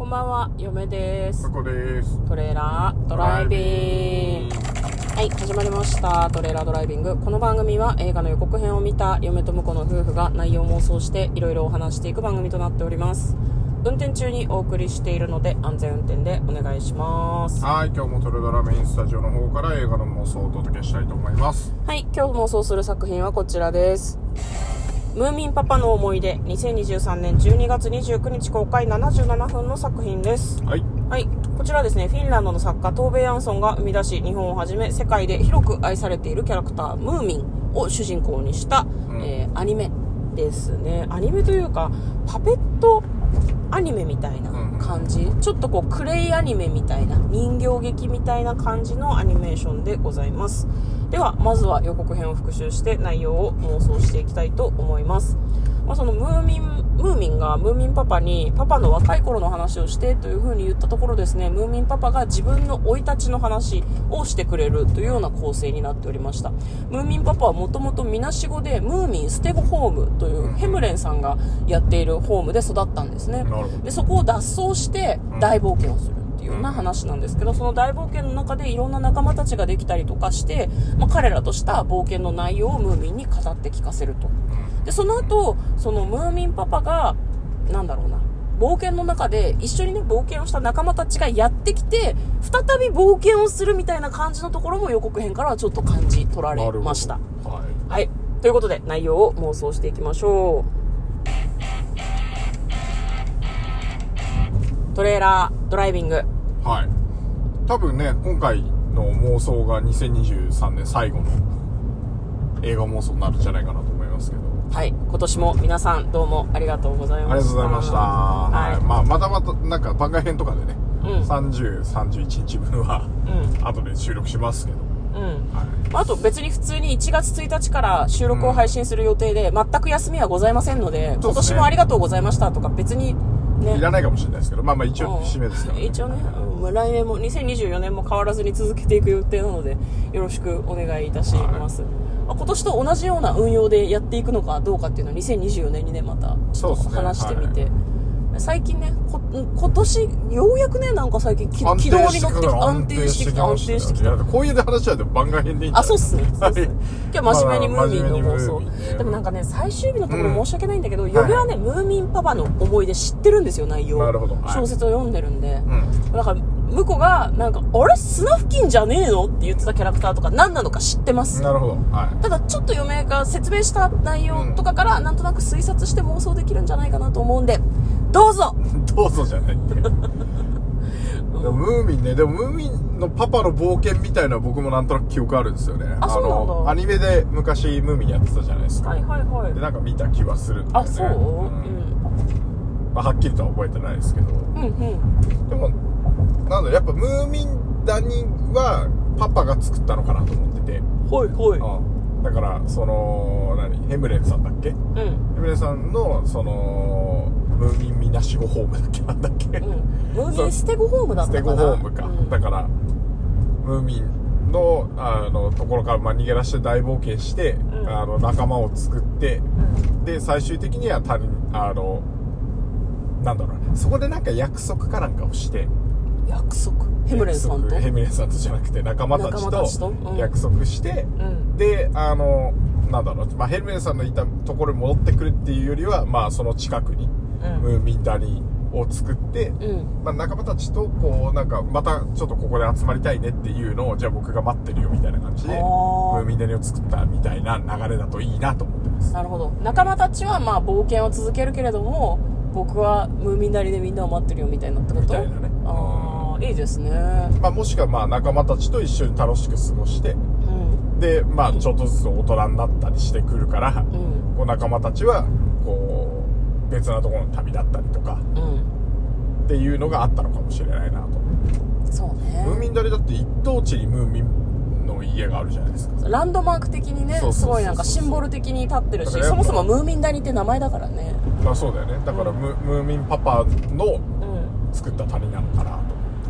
こんばんは、嫁です。 ここです。 トレーラードライビング。はい、始まりました。トレーラードライビング。この番組は映画の予告編を見た嫁と婿の夫婦が内容を妄想していろいろお話していく番組となっております。運転中にお送りしているので安全運転でお願いします。 はい、今日もトレドラメインスタジオの方から映画の妄想をお届けしたいと思います。 はい、今日妄想する作品はこちらです。ムーミンパパの思い出、2023年12月29日公開77分の作品です。 はい、 はい、こちらはですね、フィンランドの作家トーベ・ヤンソンが生み出し、日本をはじめ世界で広く愛されているキャラクタームーミンを主人公にした、アニメですね。アニメというかパペットアニメみたいな感じ、ちょっとこうクレイアニメみたいな人形劇みたいな感じのアニメーションでございます。ではまずは予告編を復習して内容を妄想していきたいと思います。そのムーミンがムーミンパパにパパの若い頃の話をしてという風に言ったところですね、ムーミンパパが自分の生い立ちの話をしてくれるというような構成になっておりました。ムーミンパパはもともとみなしごでムーミン捨て子ホームというヘムレンさんがやっているホームで育ったんですね。でそこを脱走して大冒険をするっていうような話なんですけど、その大冒険の中でいろんな仲間たちができたりとかして、彼らとした冒険の内容をムーミンに語って聞かせると。でその後そのムーミンパパが冒険の中で一緒にね冒険をした仲間たちがやってきて再び冒険をするみたいな感じのところも予告編からはちょっと感じ取られました。はい、ということで内容を妄想していきましょう。トレーラードライビング。 はい、多分ね今回の妄想が2023年最後の映画妄想になるんじゃないかなと思いますけど、 はい、今年も皆さんどうもありがとうございました。 ありがとうございました。はい、またなんか番外編とかでね、30、31日分は、後で収録しますけど、あと別に普通に1月1日から収録を配信する予定で、全く休みはございませんので、今年もありがとうございましたとか別にね、 いらないかもしれないですけど、一応節目ですからね。 一応ね、来年も2024年も変わらずに続けていく予定なのでよろしくお願いいたします。今年と同じような運用でやっていくのかどうかっていうのは2024年にねまたちょっと話してみて、最近ね今年ようやくねなんか最近軌道に乗って安定してきた。 こういう話は番外編でいいんじゃない？ そうっすね。今日真面目にムーミンの妄想、でもなんかね最終日のところ申し訳ないんだけど、嫁はねムーミンパパの思い出知ってるんですよ、内容。 なるほど。 小説を読んでるんで、だから向こうがなんかあれ砂付近じゃねえのって言ってたキャラクターとか何なのか知ってます。 なるほど。 ただちょっと嫁が説明した内容とかからなんとなく推察して妄想できるんじゃないかなと思うんでどうぞどうぞじゃないってでもムーミンね、でもムーミンのパパの冒険みたいな僕もなんとなく記憶あるんですよね。 そうなんだ。 アニメで昔ムーミンやってたじゃないですか。でなんか見た気はするんだよね。はっきりとは覚えてないですけど、でもなんだやっぱムーミン谷はパパが作ったのかなと思ってて、だからそのヘムレンさんだっけ、ヘムレンさんのそのムーミンみなしごホームだっけなんだっけ、 ムーミン捨て子ホームだったかな。 捨て子ホームか、だからムーミンのところから逃げ出して大冒険して、仲間を作って、で最終的にはそこでなんか約束かなんかをして、 約束ヘムレンさんとじゃなくて仲間たちと約束して、でヘルメンさんのいたところに戻ってくるっていうよりはその近くにムーミン谷を作って、仲間たちとこうなんかまたちょっとここで集まりたいねっていうのをじゃあ僕が待ってるよみたいな感じでムーミン谷を作ったみたいな流れだといいなと思ってます。 なるほど。仲間たちは冒険を続けるけれども僕はムーミン谷でみんなを待ってるよみたいなってことみたいなね。いいですね。 もしくは仲間たちと一緒に楽しく過ごして、でちょっとずつ大人になったりしてくるから、こう仲間たちはこう別なところの旅だったりとか、っていうのがあったのかもしれないなと。 そうね。 ムーミン谷だって一等地にムーミンの家があるじゃないですか。 ランドマーク的にね、すごいなんかシンボル的に立ってるし、そもそもムーミン谷って名前だからね。 そうだよね。だからムーミンパパの作った谷なのかなと。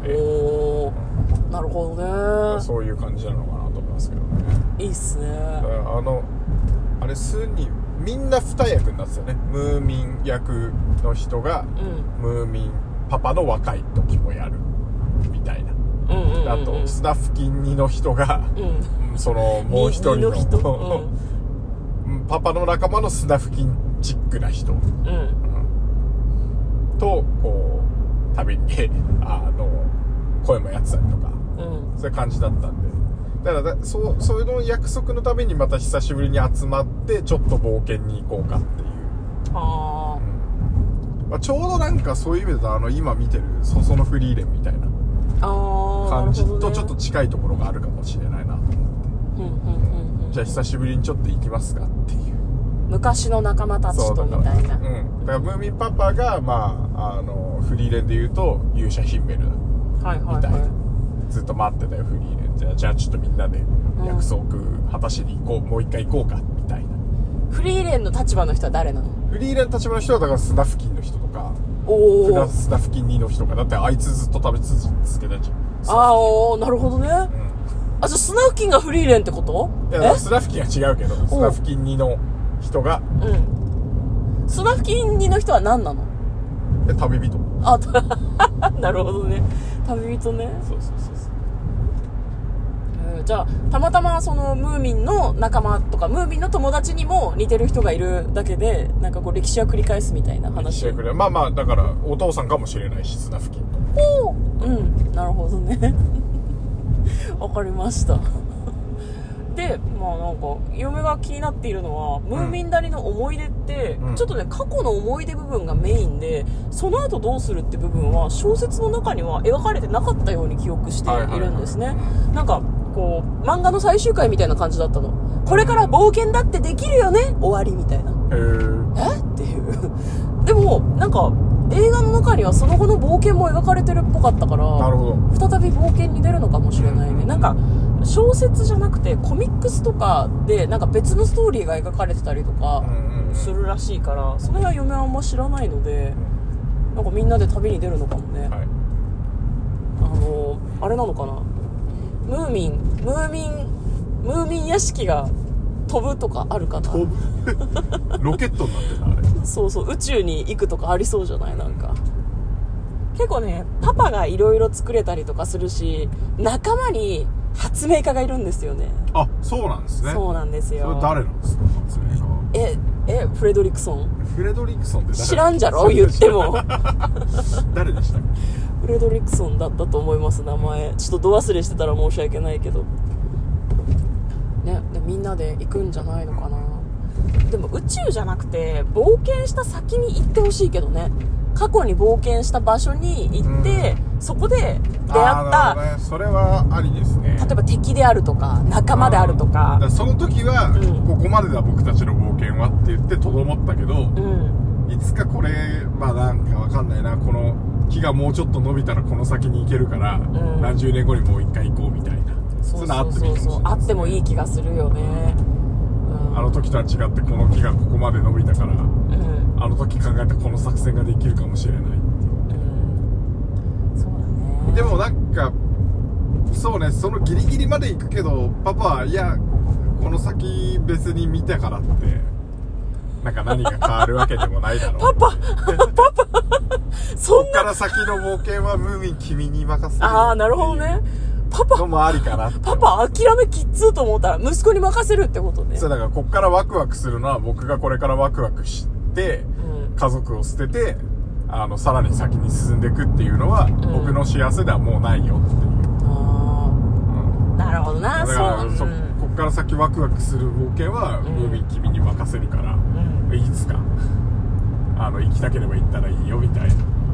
なるほどね。 そういう感じなのかなと思いますけどね。 いいっすね。 あれみんな二役になってたよね。ムーミン役の人が、ムーミンパパの若い時もやるみたいな、あとスナフキン2の人が、そのもう一人のパパの仲間のスナフキンチックな人、とこう旅に声もやってたりとか、そういう感じだったんで、だからそういうの約束のためにまた久しぶりに集まってちょっと冒険に行こうかっていう。ちょうどなんかそういう意味で今見てるソソのフリーレンみたいな感じとちょっと近いところがあるかもしれないなと思って、じゃあ久しぶりにちょっと行きますかっていう、 昔の仲間たちとみたいな。だからムーミンパパがフリーレンで言うと勇者ヒンメルみたいな、ずっと待ってたよフリーレン、じゃあちょっとみんなで約束果たしに行こう、もう一回行こうかみたいな。 フリーレンの立場の人は誰なの？ フリーレンの立場の人はだからスナフキンの人とか、スナフキン2の人とか、だってあいつずっと食べ続けたじゃん。 なるほどね。じゃあスナフキンがフリーレンってこと？ いやスナフキンは違うけど、スナフキン2の人が、 スナフキン2の人は何なの？ 旅人。 なるほどね。旅人ね。 そう。 じゃあたまたまそのムーミンの仲間とかムーミンの友達にも似てる人がいるだけで、なんかこう歴史は繰り返すみたいな話。だからお父さんかもしれないし、スナフキンと。 なるほどね。わかりました。でなんか嫁が気になっているのは、ムーミン谷の思い出って、ちょっとね過去の思い出部分がメインで、その後どうするって部分は小説の中には描かれてなかったように記憶しているんですね。なんかこう漫画の最終回みたいな感じだったの。これから冒険だってできるよね、終わりみたいな。っていう。でもなんか映画の中にはその後の冒険も描かれてるっぽかったから、 なるほど、 再び冒険に出るのかもしれないね。なんか小説じゃなくてコミックスとかでなんか別のストーリーが描かれてたりとかするらしいから、それは嫁はあんま知らないので、なんかみんなで旅に出るのかもね。あれなのかな、ムーミン屋敷が飛ぶとかあるかな。 ロケットになってるなあれ。 そう宇宙に行くとかありそうじゃない？なんか結構ねパパがいろいろ作れたりとかするし、仲間に発明家がいるんですよね。 そうなんですね。 そうなんですよ。 それ誰なんですか、発明家？ フレドリクソン。 フレドリクソンって誰？ 知らんじゃろ言っても。 誰でしたっけ？ フレドリクソンだったと思います、名前。ちょっとど忘れしてたら申し訳ないけどね。でみんなで行くんじゃないのかな。でも宇宙じゃなくて冒険した先に行ってほしいけどね。過去に冒険した場所に行って、そこで出会った、 それはありですね。 例えば敵であるとか仲間であるとか、 その時は、ここまでだ僕たちの冒険はって言ってとどまったけど、いつかこれなんかわかんないな、この木がもうちょっと伸びたらこの先に行けるから、何十年後にもう一回行こうみたいな、そういうのあってもいいかもしれないですね。 あってもいい気がするよね。 あの時とは違ってこの木がここまで伸びたから、あの時考えたこの作戦ができるかもしれないっていう、 そうだね。 でもなんかそうね、そのギリギリまで行くけどパパはいやこの先別に見たからってなんか何が変わるわけでもないだろう。 パパそんなこっから先の冒険はムーミン君に任せる。 なるほどね。パパのもありかな。 パパ諦めきっつーと思ったら息子に任せるってことね。 そうだからこっからワクワクするのは僕がこれからワクワクして、家族を捨ててさらに先に進んでいくっていうのは、僕の幸せではもうないよっていう。 なるほどな。 だからこっから先ワクワクする冒険は、ムーミン君に任せるから、いつか行きたければ行ったらいいよみたいな。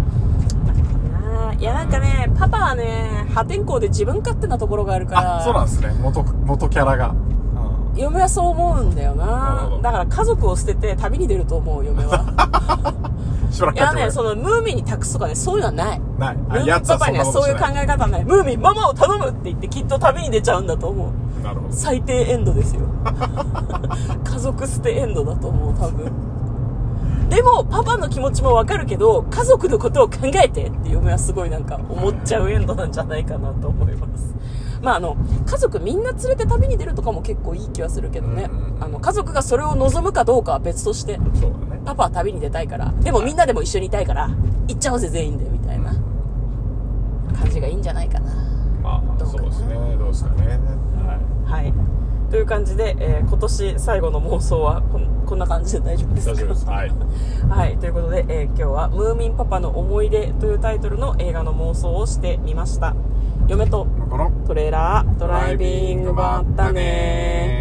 いやなんかね、パパはね破天荒で自分勝手なところがあるから。 そうなんですね、元キャラが。 嫁はそう思うんだよな。だから家族を捨てて旅に出ると思う、嫁は。 しばらくいやね、そのムーミンに託すとかね、そういうのはない。ムーミンパパにはそういう考え方はない。ムーミンママを頼むって言ってきっと旅に出ちゃうんだと思う。 なるほど。 最低エンドですよ。家族捨てエンドだと思う、多分。でもパパの気持ちもわかるけど、家族のことを考えてって嫁はすごいなんか思っちゃうエンドなんじゃないかなと思います。家族みんな連れて旅に出るとかも結構いい気はするけどね。家族がそれを望むかどうかは別として、 そうだね、 パパは旅に出たいから、でもみんなでも一緒にいたいから行っちゃおうぜ全員でみたいな。 感じがいいんじゃないかな。 まあそうですね、どうですかね。 はい、という感じで、今年最後の妄想はこんな感じで大丈夫ですか？ 大丈夫です。はい、 はい、ということで、今日はムーミンパパの思い出というタイトルの映画の妄想をしてみました。嫁とトレーラードライビング、まったねー。